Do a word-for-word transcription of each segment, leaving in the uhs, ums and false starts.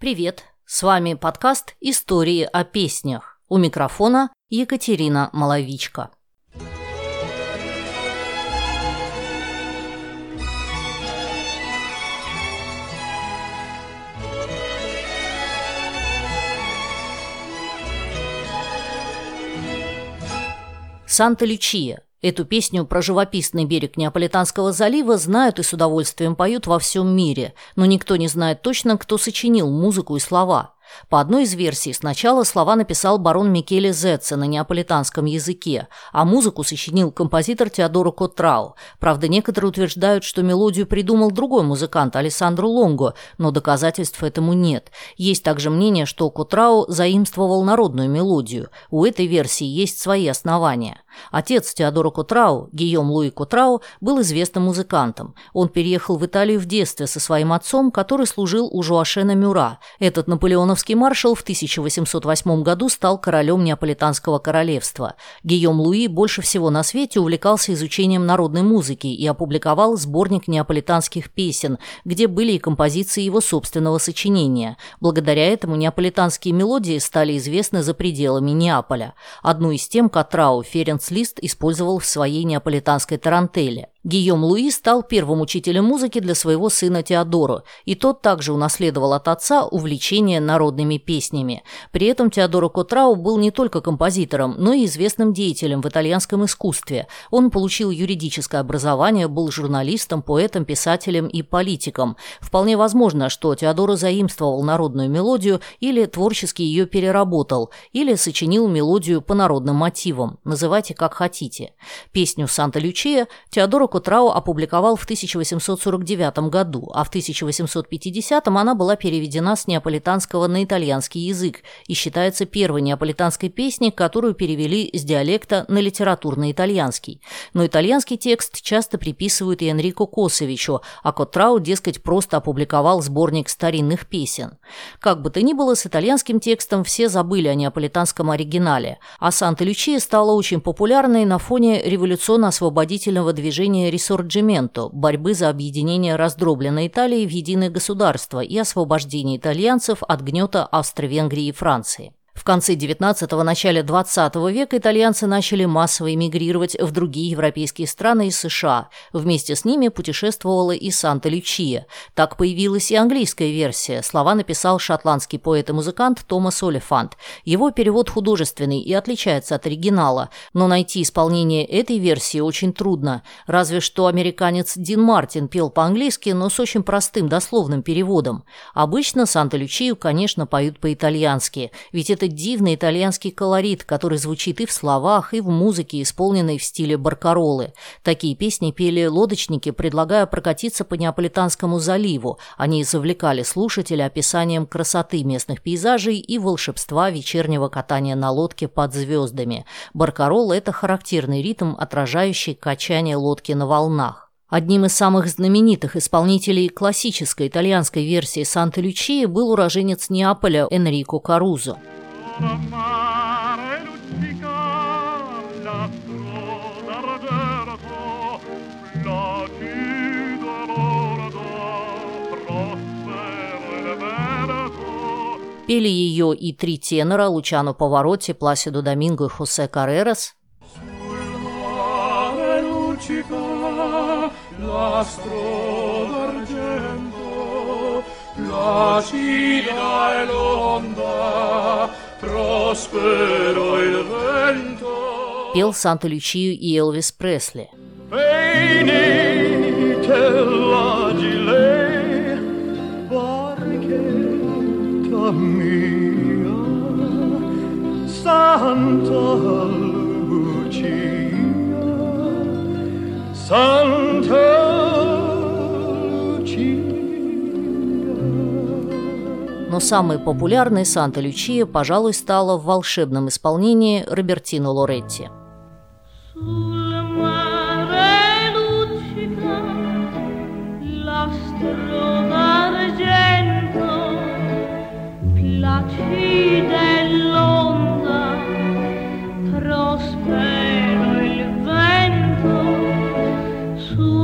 Привет! С вами подкаст «Истории о песнях». У микрофона Екатерина Маловичка. «Санта-Лючия». Эту песню про живописный берег Неаполитанского залива знают и с удовольствием поют во всем мире, но никто не знает точно, кто сочинил музыку и слова. По одной из версий, сначала слова написал барон Микеле Зеца на неаполитанском языке, а музыку сочинил композитор Теодоро Котрау. Правда, некоторые утверждают, что мелодию придумал другой музыкант Алессандро Лонго, но доказательств этому нет. Есть также мнение, что Котрау заимствовал народную мелодию. У этой версии есть свои основания. Отец Теодоро Котрау, Гийом Луи Котрау, был известным музыкантом. Он переехал в Италию в детстве со своим отцом, который служил у Жоашена Мюра. Этот наполеоновский маршал в тысяча восемьсот восьмом году стал королем Неаполитанского королевства. Гийом Луи больше всего на свете увлекался изучением народной музыки и опубликовал сборник неаполитанских песен, где были и композиции его собственного сочинения. Благодаря этому неаполитанские мелодии стали известны за пределами Неаполя. Одну из тем Котрау Ференц Лист использовал в своей неаполитанской тарантелле. Гийом Луи стал первым учителем музыки для своего сына Теодоро, и тот также унаследовал от отца увлечение народными песнями. При этом Теодоро Котрау был не только композитором, но и известным деятелем в итальянском искусстве. Он получил юридическое образование, был журналистом, поэтом, писателем и политиком. Вполне возможно, что Теодоро заимствовал народную мелодию или творчески ее переработал, или сочинил мелодию по народным мотивам. Называйте как хотите. Песню «Санта-Лючия» Теодоро Котрау опубликовал в тысяча восемьсот сорок девятом году, а в тысяча восемьсот пятидесятом она была переведена с неаполитанского на итальянский язык и считается первой неаполитанской песней, которую перевели с диалекта на литературный итальянский. Но итальянский текст часто приписывают и Энрико Косовичу, а Котрау, дескать, просто опубликовал сборник старинных песен. Как бы то ни было, с итальянским текстом все забыли о неаполитанском оригинале, а «Санта-Лючия» стала очень популярной на фоне революционно-освободительного движения Рисорджименто, борьбы за объединение раздробленной Италии в единое государство и освобождение итальянцев от гнета Австро-Венгрии и Франции. В конце девятнадцатого – начале двадцатого века итальянцы начали массово эмигрировать в другие европейские страны и США. Вместе с ними путешествовала и «Санта-Лючия». Так появилась и английская версия. Слова написал шотландский поэт и музыкант Томас Олифант. Его перевод художественный и отличается от оригинала, но найти исполнение этой версии очень трудно. Разве что американец Дин Мартин пел по-английски, но с очень простым дословным переводом. Обычно «Санта-Лючию», конечно, поют по-итальянски, ведь это Это дивный итальянский колорит, который звучит и в словах, и в музыке, исполненной в стиле баркароллы. Такие песни пели лодочники, предлагая прокатиться по Неаполитанскому заливу. Они завлекали слушателя описанием красоты местных пейзажей и волшебства вечернего катания на лодке под звездами. Баркаролла – это характерный ритм, отражающий качание лодки на волнах. Одним из самых знаменитых исполнителей классической итальянской версии «Санта-Лючии» был уроженец Неаполя Энрико Карузо. Пели ее и три тенора Лучано Паваротти, Пласидо Доминго и Хосе Каррерас. Пел «Санта-Лючию» и Элвис Пресли. Но самой популярной «Санта-Лючия», пожалуй, стала в волшебном исполнении Робертино Лоретти.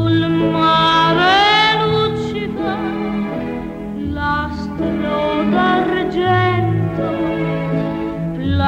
La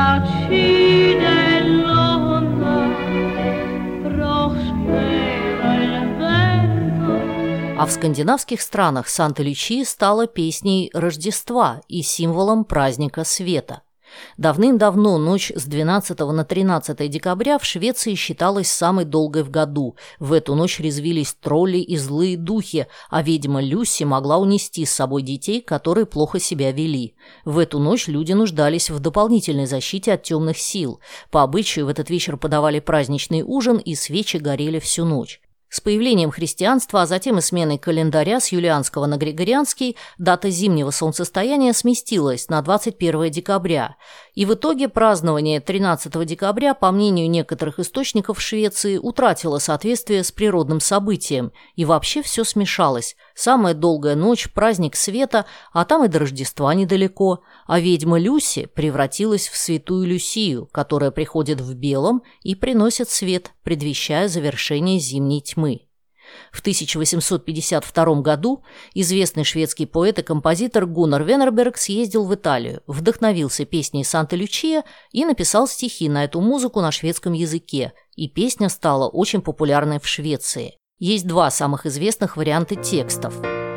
А в скандинавских странах Санта-Лючия стала песней Рождества и символом праздника света. Давным-давно ночь с двенадцатого на тринадцатое декабря в Швеции считалась самой долгой в году. В эту ночь резвились тролли и злые духи, а ведьма Люси могла унести с собой детей, которые плохо себя вели. В эту ночь люди нуждались в дополнительной защите от темных сил. По обычаю в этот вечер подавали праздничный ужин, и свечи горели всю ночь. С появлением христианства, а затем и сменой календаря с юлианского на григорианский, дата зимнего солнцестояния сместилась на двадцать первое декабря. И в итоге празднование тринадцатого декабря, по мнению некоторых источников в Швеции, утратило соответствие с природным событием. И вообще все смешалось. Самая долгая ночь, праздник света, а там и до Рождества недалеко. А ведьма Люси превратилась в святую Люсию, которая приходит в белом и приносит свет, предвещая завершение зимней тьмы. В тысяча восемьсот пятьдесят втором году известный шведский поэт и композитор Гуннар Венерберг съездил в Италию, вдохновился песней «Санта-Лючия» и написал стихи на эту музыку на шведском языке, и песня стала очень популярной в Швеции. Есть два самых известных варианта текстов.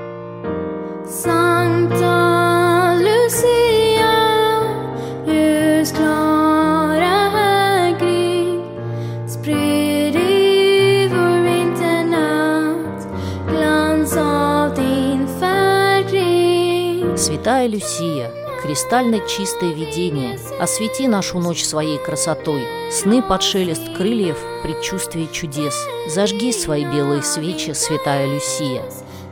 Santa Lucia, ljus klara hägring, sprid i vår vinternatt glans av din färgring. Святая Люсия, кристально чистое видение, освети нашу ночь своей красотой, сны под шелест крыльев, предчувствие чудес. Зажги свои белые свечи, святая Люсия.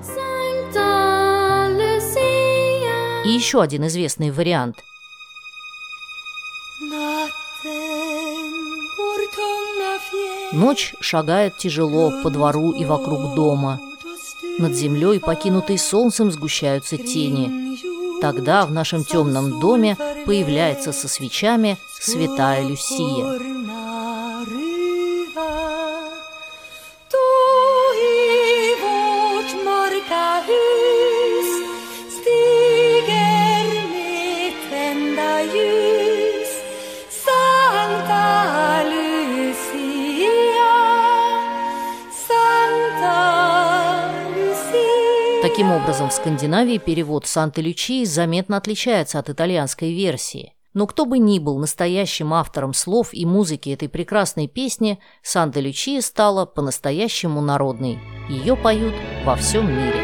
И еще один известный вариант. Ночь шагает тяжело по двору и вокруг дома. Над землей, покинутой солнцем, сгущаются тени. Тогда в нашем темном доме появляется со свечами святая Люсия. Таким образом, в Скандинавии перевод Санта-Лючии заметно отличается от итальянской версии. Но кто бы ни был настоящим автором слов и музыки этой прекрасной песни, Санта-Лючия стала по-настоящему народной. Ее поют во всем мире.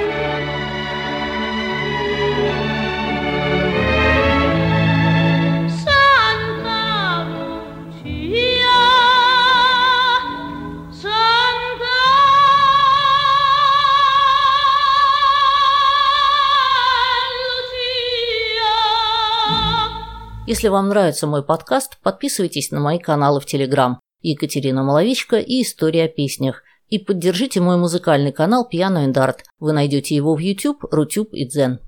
Если вам нравится мой подкаст, подписывайтесь на мои каналы в Телеграм Екатерина Маловичка и История о песнях. И поддержите мой музыкальный канал Piano and Art. Вы найдете его в YouTube, Рутюб и Дзен.